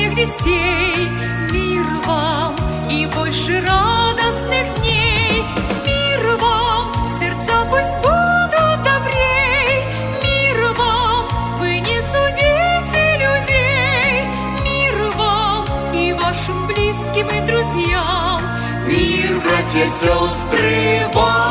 всех детей. Мир вам и больше радостных дней. Мир вам, сердца пусть будут добрей. Мир вам, вы не судите людей. Мир вам и вашим близким и друзьям. Мир, братья, сестры,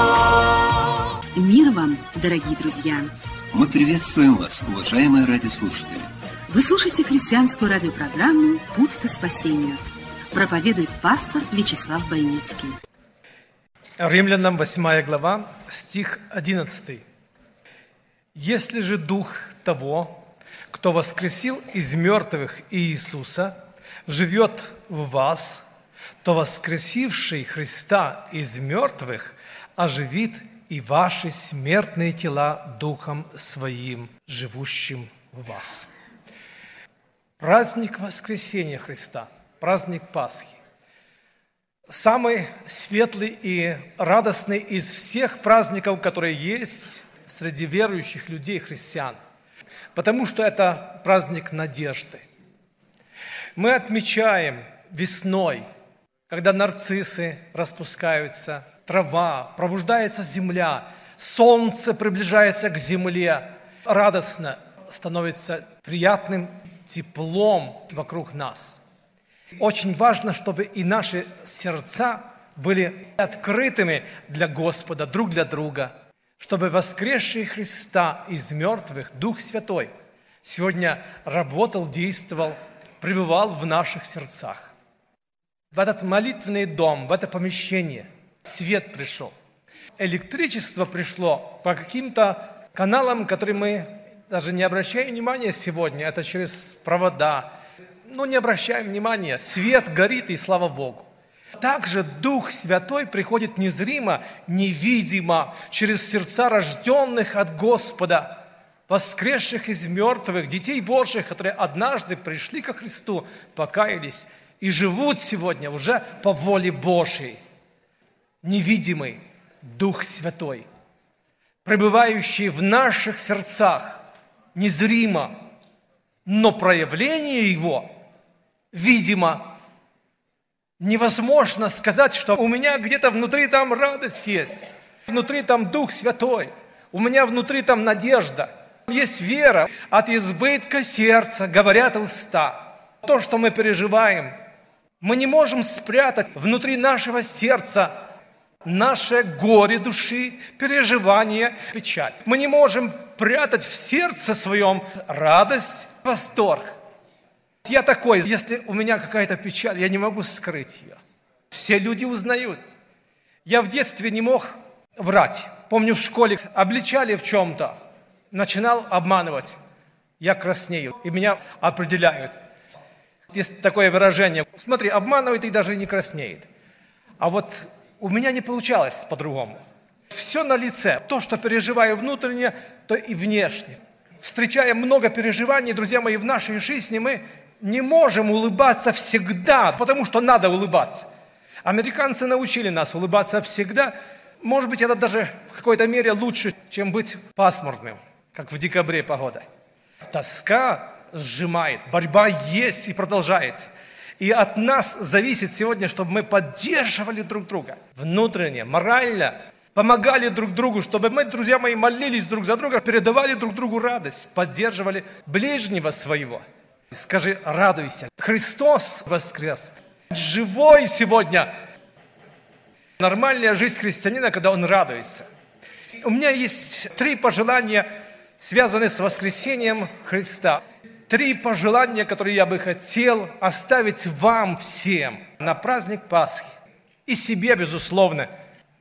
вам. Мир вам, дорогие друзья! Мы приветствуем вас, уважаемые радиослушатели. Вы слушаете христианскую радиопрограмму «Путь к спасению». Проповедует пастор Вячеслав Бойницкий. Римлянам 8 глава, стих 11. «Если же Дух того, кто воскресил из мертвых Иисуса, живет в вас, то воскресивший Христа из мертвых оживит и ваши смертные тела Духом Своим, живущим в вас». Праздник воскресения Христа, праздник Пасхи, самый светлый и радостный из всех праздников, которые есть среди верующих людей, христиан, потому что это праздник надежды. Мы отмечаем весной, когда нарциссы распускаются, трава, пробуждается земля, солнце приближается к земле, радостно становится приятным теплом вокруг нас. Очень важно, чтобы и наши сердца были открытыми для Господа, друг для друга, чтобы воскресший Христа из мертвых, Дух Святой, сегодня работал, действовал, пребывал в наших сердцах. В этот молитвенный дом, в это помещение свет пришел. Электричество пришло по каким-то каналам, которые мы даже не обращаем внимания сегодня. Это через провода. Не обращаем внимания. Свет горит, и слава Богу. Также Дух Святой приходит незримо, невидимо, через сердца рожденных от Господа, воскресших из мертвых, детей Божьих, которые однажды пришли ко Христу, покаялись и живут сегодня уже по воле Божьей. Невидимый Дух Святой, пребывающий в наших сердцах, незримо, но проявление Его видимо. Невозможно сказать, что у меня где-то внутри там радость есть, внутри там Дух Святой, у меня внутри там надежда, есть вера. От избытка сердца говорят уста. То, что мы переживаем, мы не можем спрятать внутри нашего сердца наше горе души, переживание, печаль. Мы не можем прятать в сердце своем радость, восторг. Я такой, если у меня какая-то печаль, я не могу скрыть ее. Все люди узнают. Я в детстве не мог врать. Помню, в школе обличали в чем-то, начинал обманывать. Я краснею, и меня определяют. Есть такое выражение: смотри, обманывает и даже не краснеет. А вот у меня не получалось по-другому. Все на лице. То, что переживаю внутренне, то и внешне. Встречая много переживаний, друзья мои, в нашей жизни, мы не можем улыбаться всегда, потому что надо улыбаться. Американцы научили нас улыбаться всегда. Может быть, это даже в какой-то мере лучше, чем быть пасмурным, как в декабре погода. Тоска сжимает, борьба есть и продолжается. И от нас зависит сегодня, чтобы мы поддерживали друг друга внутренне, морально, помогали друг другу, чтобы мы, друзья мои, молились друг за друга, передавали друг другу радость, поддерживали ближнего своего. Скажи: радуйся, Христос воскрес, живой сегодня. Нормальная жизнь христианина, когда он радуется. У меня есть 3 пожелания, связанные с воскресением Христа. 3 пожелания, которые я бы хотел оставить вам всем на праздник Пасхи. И себе, безусловно.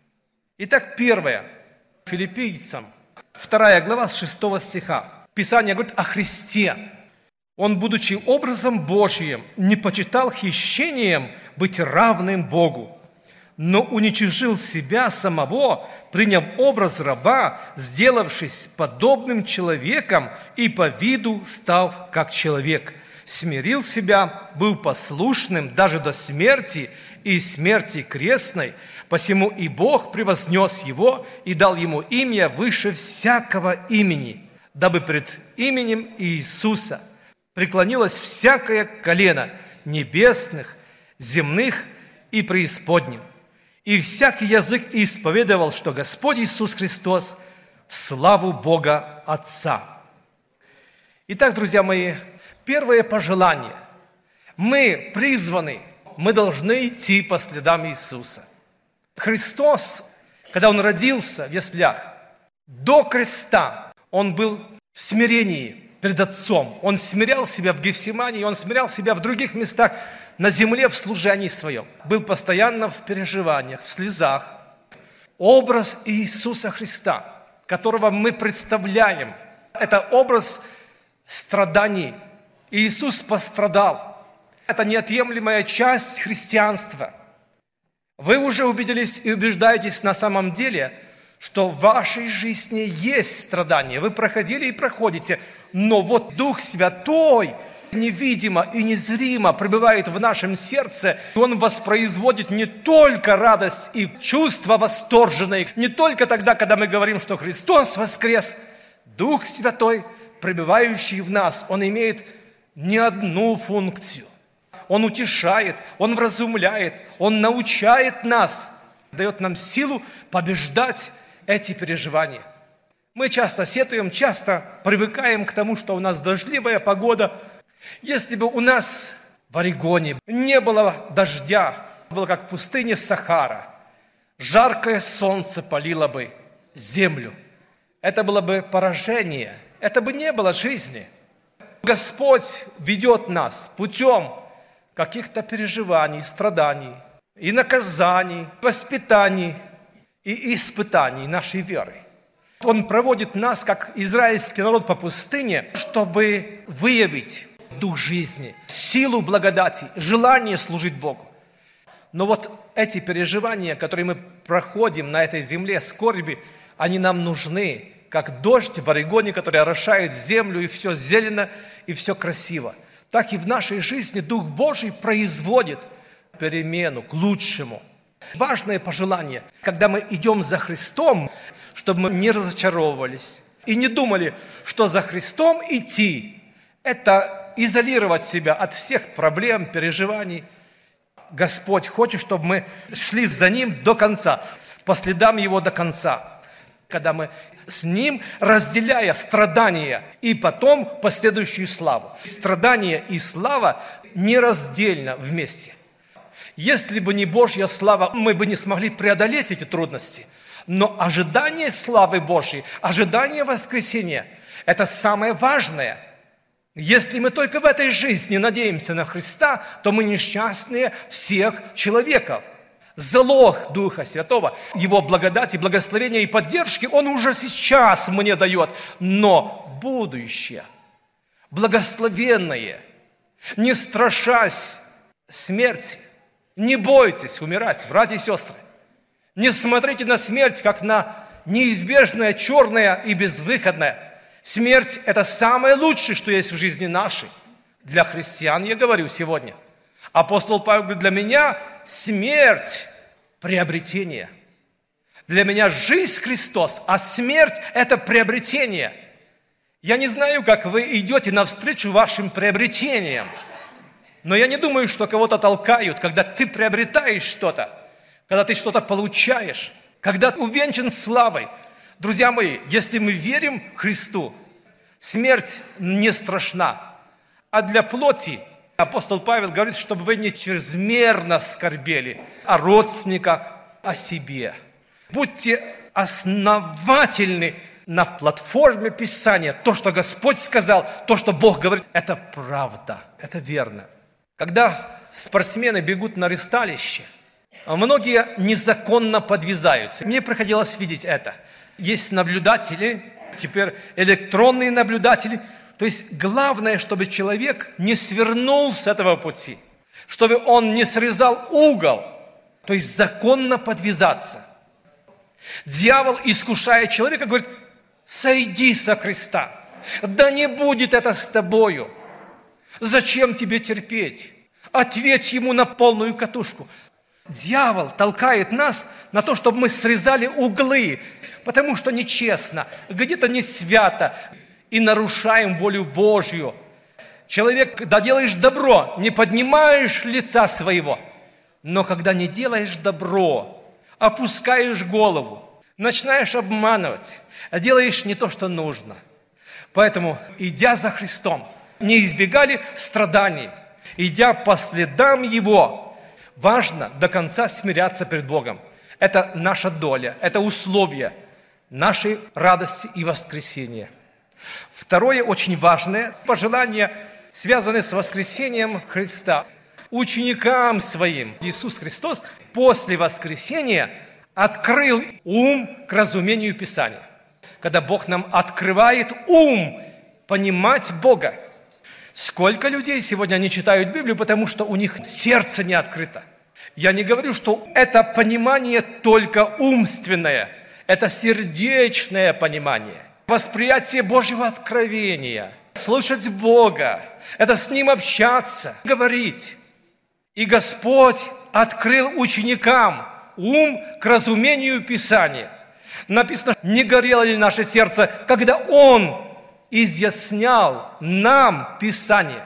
Итак, первое. Филиппийцам, 2 глава, с 6 стиха. Писание говорит о Христе. Он, будучи образом Божиим, не почитал хищением быть равным Богу, но уничижил себя самого, приняв образ раба, сделавшись подобным человеком и по виду став как человек. Смирил себя, был послушным даже до смерти и смерти крестной, посему и Бог превознес его и дал ему имя выше всякого имени, дабы пред именем Иисуса преклонилось всякое колено небесных, земных и преисподним. И всякий язык исповедовал, что Господь Иисус Христос в славу Бога Отца». Итак, друзья мои, первое пожелание. Мы призваны, мы должны идти по следам Иисуса. Христос, когда Он родился в яслях, до креста Он был в смирении перед Отцом. Он смирял себя в Гефсимании, Он смирял себя в других местах на земле в служении Своем. Был постоянно в переживаниях, в слезах. Образ Иисуса Христа, которого мы представляем, это образ страданий. Иисус пострадал. Это неотъемлемая часть христианства. Вы уже убедились и убеждаетесь на самом деле, что в вашей жизни есть страдания. Вы проходили и проходите. Но вот Дух Святой невидимо и незримо пребывает в нашем сердце. Он воспроизводит не только радость и чувства восторженные, не только тогда, когда мы говорим, что Христос воскрес. Дух Святой, пребывающий в нас, Он имеет не одну функцию. Он утешает, Он вразумляет, Он научает нас, дает нам силу побеждать эти переживания. Мы часто сетуем, часто привыкаем к тому, что у нас дождливая погода. Если бы у нас в Орегоне не было дождя, было как в пустыне Сахара, жаркое солнце палило бы землю, это было бы поражение, это бы не было жизни. Господь ведет нас путем каких-то переживаний, страданий, и наказаний, воспитаний, и испытаний нашей веры. Он проводит нас, как израильский народ, по пустыне, чтобы выявить дух жизни, силу благодати, желание служить Богу. Но вот эти переживания, которые мы проходим на этой земле, скорби, они нам нужны, как дождь в Орегоне, который орошает землю, и все зелено, и все красиво. Так и в нашей жизни Дух Божий производит перемену к лучшему. Важное пожелание, когда мы идем за Христом, чтобы мы не разочаровывались и не думали, что за Христом идти – это изолировать себя от всех проблем, переживаний. Господь хочет, чтобы мы шли за Ним до конца, по следам Его до конца. Когда мы с Ним, разделяя страдания и потом последующую славу. Страдания и слава нераздельно вместе. Если бы не Божья слава, мы бы не смогли преодолеть эти трудности. Но ожидание славы Божьей, ожидание воскресения – это самое важное. Если мы только в этой жизни надеемся на Христа, то мы несчастные всех человеков. Залог Духа Святого, Его благодати, благословения и поддержки Он уже сейчас мне дает. Но будущее, благословенное, не страшась смерти, не бойтесь умирать, братья и сестры. Не смотрите на смерть, как на неизбежное, черное и безвыходное. Смерть – это самое лучшее, что есть в жизни нашей. Для христиан я говорю сегодня. Апостол Павел говорит, для меня смерть – приобретение. Для меня жизнь Христос, а смерть – это приобретение. Я не знаю, как вы идете навстречу вашим приобретениям, но я не думаю, что кого-то толкают, когда ты приобретаешь что-то, когда ты что-то получаешь, когда ты увенчан славой. Друзья мои, если мы верим Христу, смерть не страшна. А для плоти апостол Павел говорит, чтобы вы не чрезмерно скорбели о родственниках, о себе. Будьте основательны на платформе Писания. То, что Господь сказал, то, что Бог говорит, это правда, это верно. Когда спортсмены бегут на ресталище, многие незаконно подвязаются. Мне приходилось видеть это. Есть наблюдатели, теперь электронные наблюдатели. То есть главное, чтобы человек не свернул с этого пути, чтобы он не срезал угол, то есть законно подвязаться. Дьявол, искушая человека, говорит, сойди со креста, да не будет это с тобою. Зачем тебе терпеть? Ответь ему на полную катушку. Дьявол толкает нас на то, чтобы мы срезали углы, потому что нечестно, где-то не свято, и нарушаем волю Божью. Человек, когда делаешь добро, не поднимаешь лица своего. Но когда не делаешь добро, опускаешь голову, начинаешь обманывать, делаешь не то, что нужно. Поэтому, идя за Христом, не избегали страданий, идя по следам Его, важно до конца смиряться перед Богом. Это наша доля, это условие нашей радости и воскресения. Второе очень важное пожелание, связанное с воскресением Христа. Ученикам своим Иисус Христос после воскресения открыл ум к разумению Писания. Когда Бог нам открывает ум понимать Бога. Сколько людей сегодня не читают Библию, потому что у них сердце не открыто. Я не говорю, что это понимание только умственное, это сердечное понимание, восприятие Божьего откровения, слышать Бога, это с Ним общаться, говорить. И Господь открыл ученикам ум к разумению Писания. Написано, не горело ли наше сердце, когда Он изъяснял нам Писание.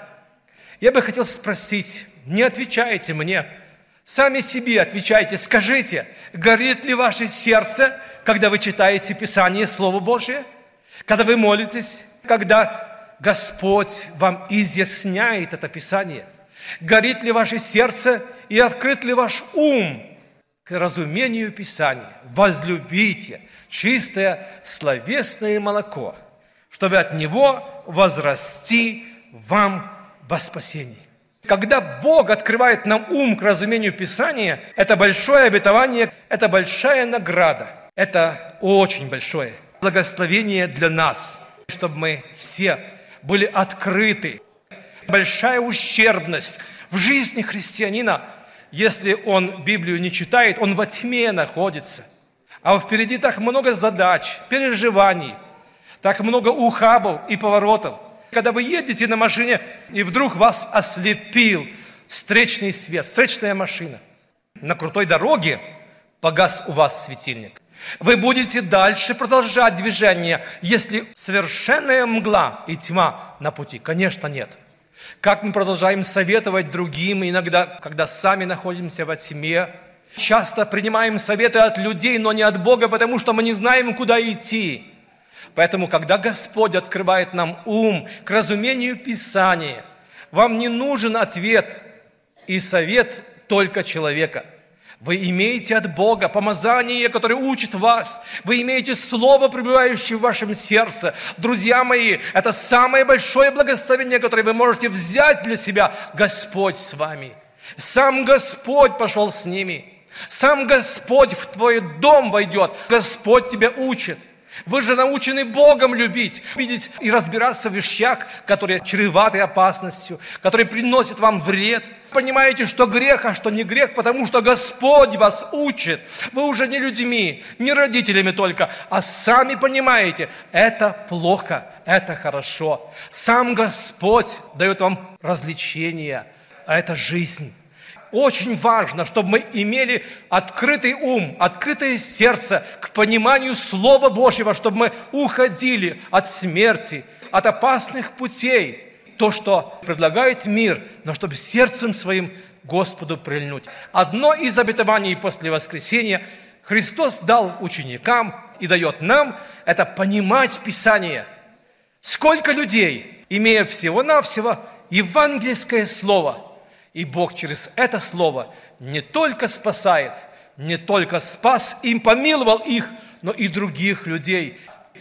Я бы хотел спросить, не отвечайте мне, сами себе отвечайте, скажите, горит ли ваше сердце, когда вы читаете Писание, Слово Божие, когда вы молитесь, когда Господь вам изъясняет это Писание? Горит ли ваше сердце и открыт ли ваш ум к разумению Писания? Возлюбите чистое словесное молоко, чтобы от него возрасти вам во спасении. Когда Бог открывает нам ум к разумению Писания, это большое обетование, это большая награда, это очень большое благословение для нас, чтобы мы все были открыты. Большая ущербность в жизни христианина, если он Библию не читает, он во тьме находится. А впереди так много задач, переживаний, так много ухабов и поворотов. Когда вы едете на машине, и вдруг вас ослепил встречный свет, встречная машина. На крутой дороге погас у вас светильник. Вы будете дальше продолжать движение, если совершенная мгла и тьма на пути? Конечно, нет. Как мы продолжаем советовать другим, иногда, когда сами находимся во тьме, часто принимаем советы от людей, но не от Бога, потому что мы не знаем, куда идти. Поэтому, когда Господь открывает нам ум к разумению Писания, вам не нужен ответ и совет только человека. Вы имеете от Бога помазание, которое учит вас. Вы имеете Слово, пребывающее в вашем сердце. Друзья мои, это самое большое благословение, которое вы можете взять для себя. Господь с вами. Сам Господь пошел с ними. Сам Господь в твой дом войдет. Господь тебя учит. Вы же научены Богом любить, видеть и разбираться в вещах, которые чреваты опасностью, которые приносят вам вред. Понимаете, что грех, а что не грех, потому что Господь вас учит. Вы уже не людьми, не родителями только, а сами понимаете, это плохо, это хорошо. Сам Господь дает вам развлечения, а это жизнь. Очень важно, чтобы мы имели открытый ум, открытое сердце к пониманию Слова Божьего, чтобы мы уходили от смерти, от опасных путей, то, что предлагает мир, но чтобы сердцем своим Господу прильнуть. Одно из обетований после воскресения Христос дал ученикам и дает нам, это понимать Писание. Сколько людей, имея всего-навсего евангельское слово, и Бог через это слово не только спасает, не только спас им, помиловал их, но и других людей.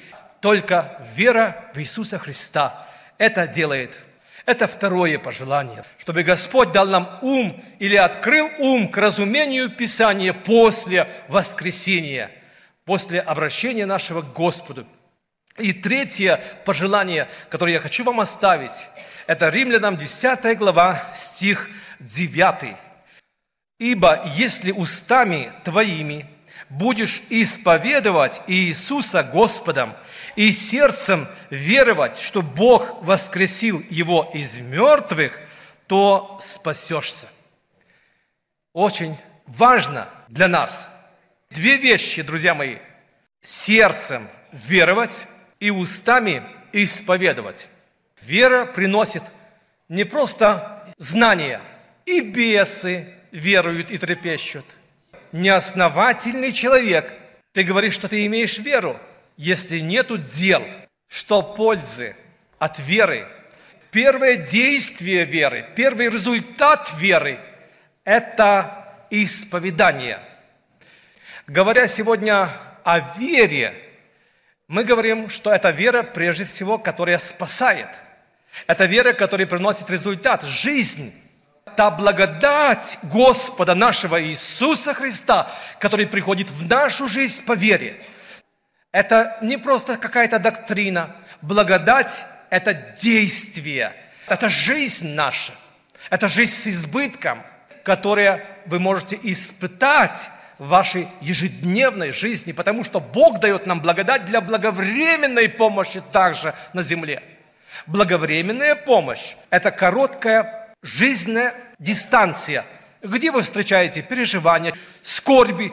Только вера в Иисуса Христа это делает. Это второе пожелание, чтобы Господь дал нам ум или открыл ум к разумению Писания после воскресения, после обращения нашего к Господу. И третье пожелание, которое я хочу вам оставить, это Римлянам 10 глава, стих 9. «Ибо если устами твоими будешь исповедовать Иисуса Господом и сердцем веровать, что Бог воскресил Его из мертвых, то спасешься». Очень важно для нас две вещи, друзья мои. Сердцем веровать и устами исповедовать. Вера приносит не просто знание. И бесы веруют и трепещут. Неосновательный человек. Ты говоришь, что ты имеешь веру. Если нету дел, что пользы от веры? Первое действие веры, первый результат веры – это исповедание. Говоря сегодня о вере, мы говорим, что это вера, прежде всего, которая спасает. Это вера, которая приносит результат, жизнь. Та благодать Господа нашего Иисуса Христа, который приходит в нашу жизнь по вере. Это не просто какая-то доктрина. Благодать – это действие, это жизнь наша. Это жизнь с избытком, которую вы можете испытать в вашей ежедневной жизни, потому что Бог дает нам благодать для благовременной помощи также на земле. Благовременная помощь – это короткая жизненная дистанция, где вы встречаете переживания, скорби.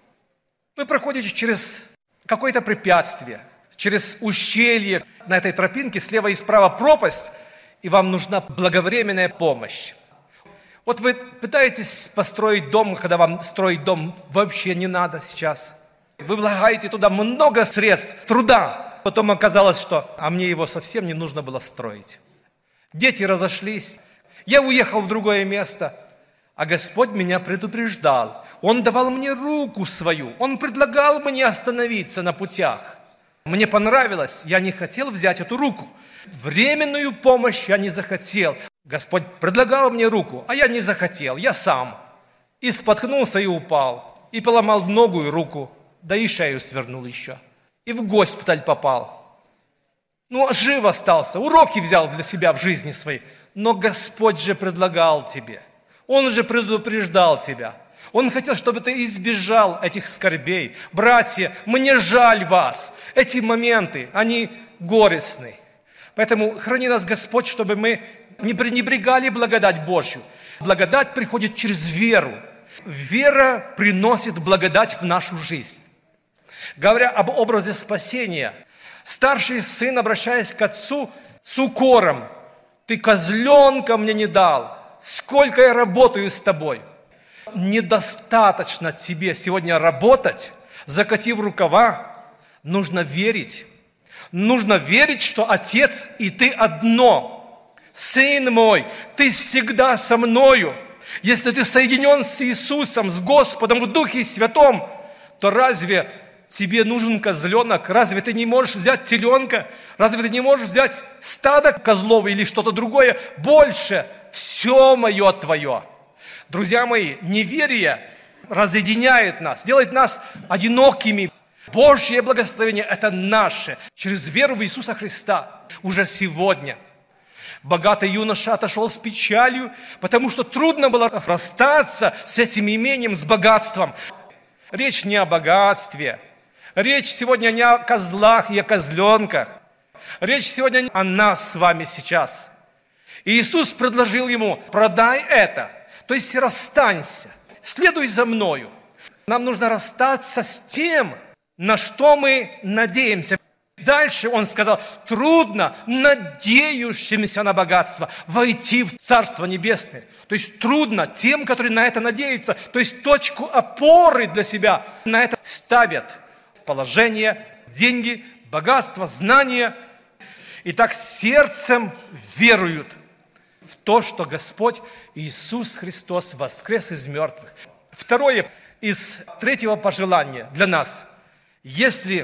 Вы проходите через какое-то препятствие, через ущелье, на этой тропинке слева и справа пропасть, и вам нужна благовременная помощь. Вот вы пытаетесь построить дом, когда вам строить дом вообще не надо сейчас. Вы влагаете туда много средств, труда. Потом оказалось, что мне его совсем не нужно было строить. Дети разошлись. Я уехал в другое место, а Господь меня предупреждал. Он давал мне руку свою. Он предлагал мне остановиться на путях. Мне понравилось, я не хотел взять эту руку. Временную помощь я не захотел. Господь предлагал мне руку, а я не захотел, я сам. И споткнулся и упал, и поломал ногу и руку, да и шею свернул еще. И в госпиталь попал. Жив остался, уроки взял для себя в жизни своей. Но Господь же предлагал тебе, Он же предупреждал тебя. Он хотел, чтобы ты избежал этих скорбей. Братья, мне жаль вас. Эти моменты, они горестны. Поэтому храни нас Господь, чтобы мы не пренебрегали благодать Божью. Благодать приходит через веру. Вера приносит благодать в нашу жизнь. Говоря об образе спасения, старший сын, обращаясь к отцу с укором: «Ты козленка мне не дал, сколько я работаю с тобой». Недостаточно тебе сегодня работать, закатив рукава. Нужно верить. Нужно верить, что Отец и ты одно. Сын мой, ты всегда со мною. Если ты соединен с Иисусом, с Господом в Духе Святом, то разве тебе нужен козленок? Разве ты не можешь взять теленка? Разве ты не можешь взять стадо козлов или что-то другое? Больше. Все мое твое. Друзья мои, неверие разъединяет нас, делает нас одинокими. Божье благословение – это наше. Через веру в Иисуса Христа уже сегодня. Богатый юноша отошел с печалью, потому что трудно было расстаться с этим имением, с богатством. Речь не о богатстве. Речь сегодня не о козлах и о козленках. Речь сегодня о нас с вами сейчас. И Иисус предложил ему: продай это, то есть расстанься, следуй за мною. Нам нужно расстаться с тем, на что мы надеемся. Дальше он сказал: трудно надеющимся на богатство войти в Царство Небесное. То есть трудно тем, которые на это надеются, то есть точку опоры для себя на это ставят. Положение, деньги, богатство, знания. И так сердцем веруют в то, что Господь Иисус Христос воскрес из мертвых. Второе из третьего пожелания для нас: если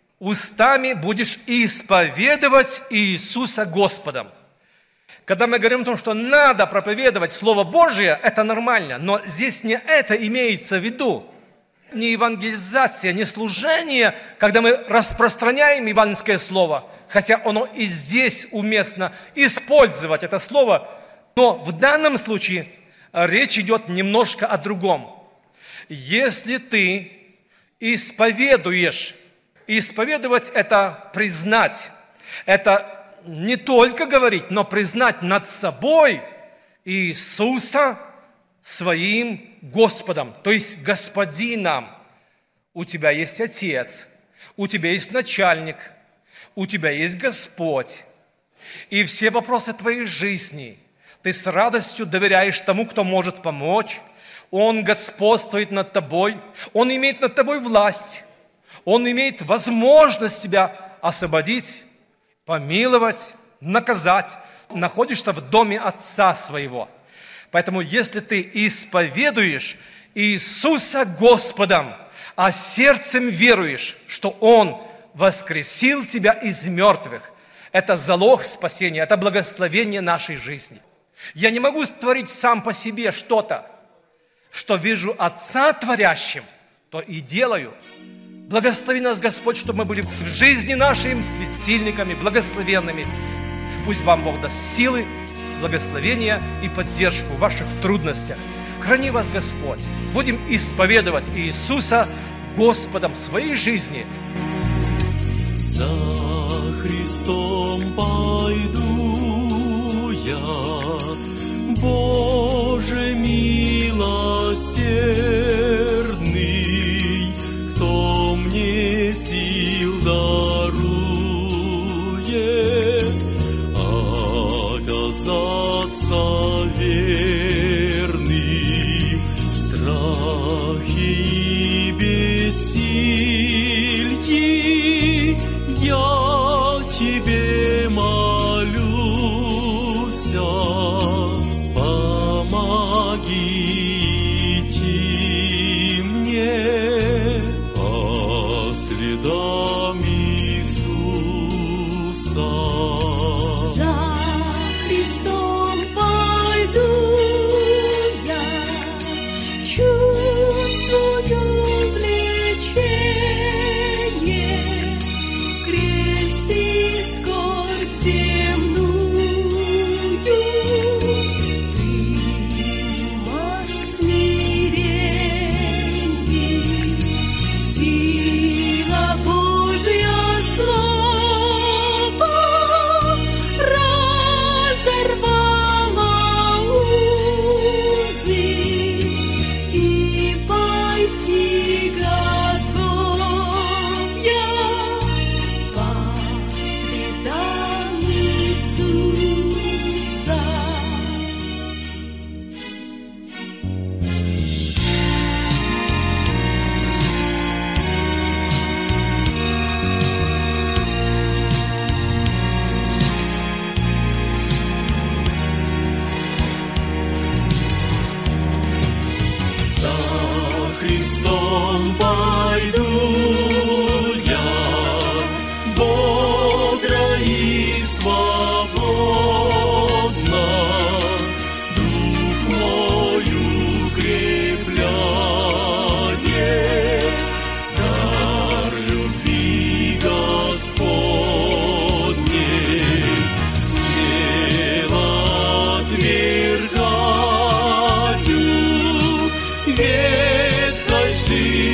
устами будешь исповедовать Иисуса Господом. Когда мы говорим о том, что надо проповедовать Слово Божие, это нормально, но здесь не это имеется в виду. Не евангелизация, не служение, когда мы распространяем евангельское слово, хотя оно и здесь уместно использовать это слово, но в данном случае речь идет немножко о другом. Если ты исповедуешь, исповедовать – это признать, это не только говорить, но признать над собой Иисуса своим Господом, то есть Господином. У тебя есть Отец, у тебя есть начальник, у тебя есть Господь. И все вопросы твоей жизни, Ты с радостью доверяешь тому, кто может помочь. Он господствует над тобой. Он имеет над тобой власть. Он имеет возможность тебя освободить, помиловать, наказать. Находишься в доме Отца своего. Поэтому, если ты исповедуешь Иисуса Господом, а сердцем веруешь, что Он воскресил тебя из мертвых, это залог спасения, это благословение нашей жизни. Я не могу творить сам по себе что-то, что вижу Отца творящим, то и делаю. Благослови нас, Господь, чтобы мы были в жизни нашей светильниками, благословенными. Пусть вам Бог даст силы, благословения и поддержку в ваших трудностях. Храни вас, Господь. Будем исповедовать Иисуса Господом своей жизни. За Христом пойду я, Боже милосердный, кто мне сил дарует оказаться верным в страхе и бессилье. Я Тебе молюся, помогите мне по следам Иисуса. За Христом пойду я, чувствую влечение, крест и скорбь земную принимать в смирении. Сила Божья слава разорвала узы, и пойти готов я по следам Иисуса. За Христом пойду я, бодро и свободно, дух мой укрепляет дар любви Господней. Смело отвергаю ветхой жизни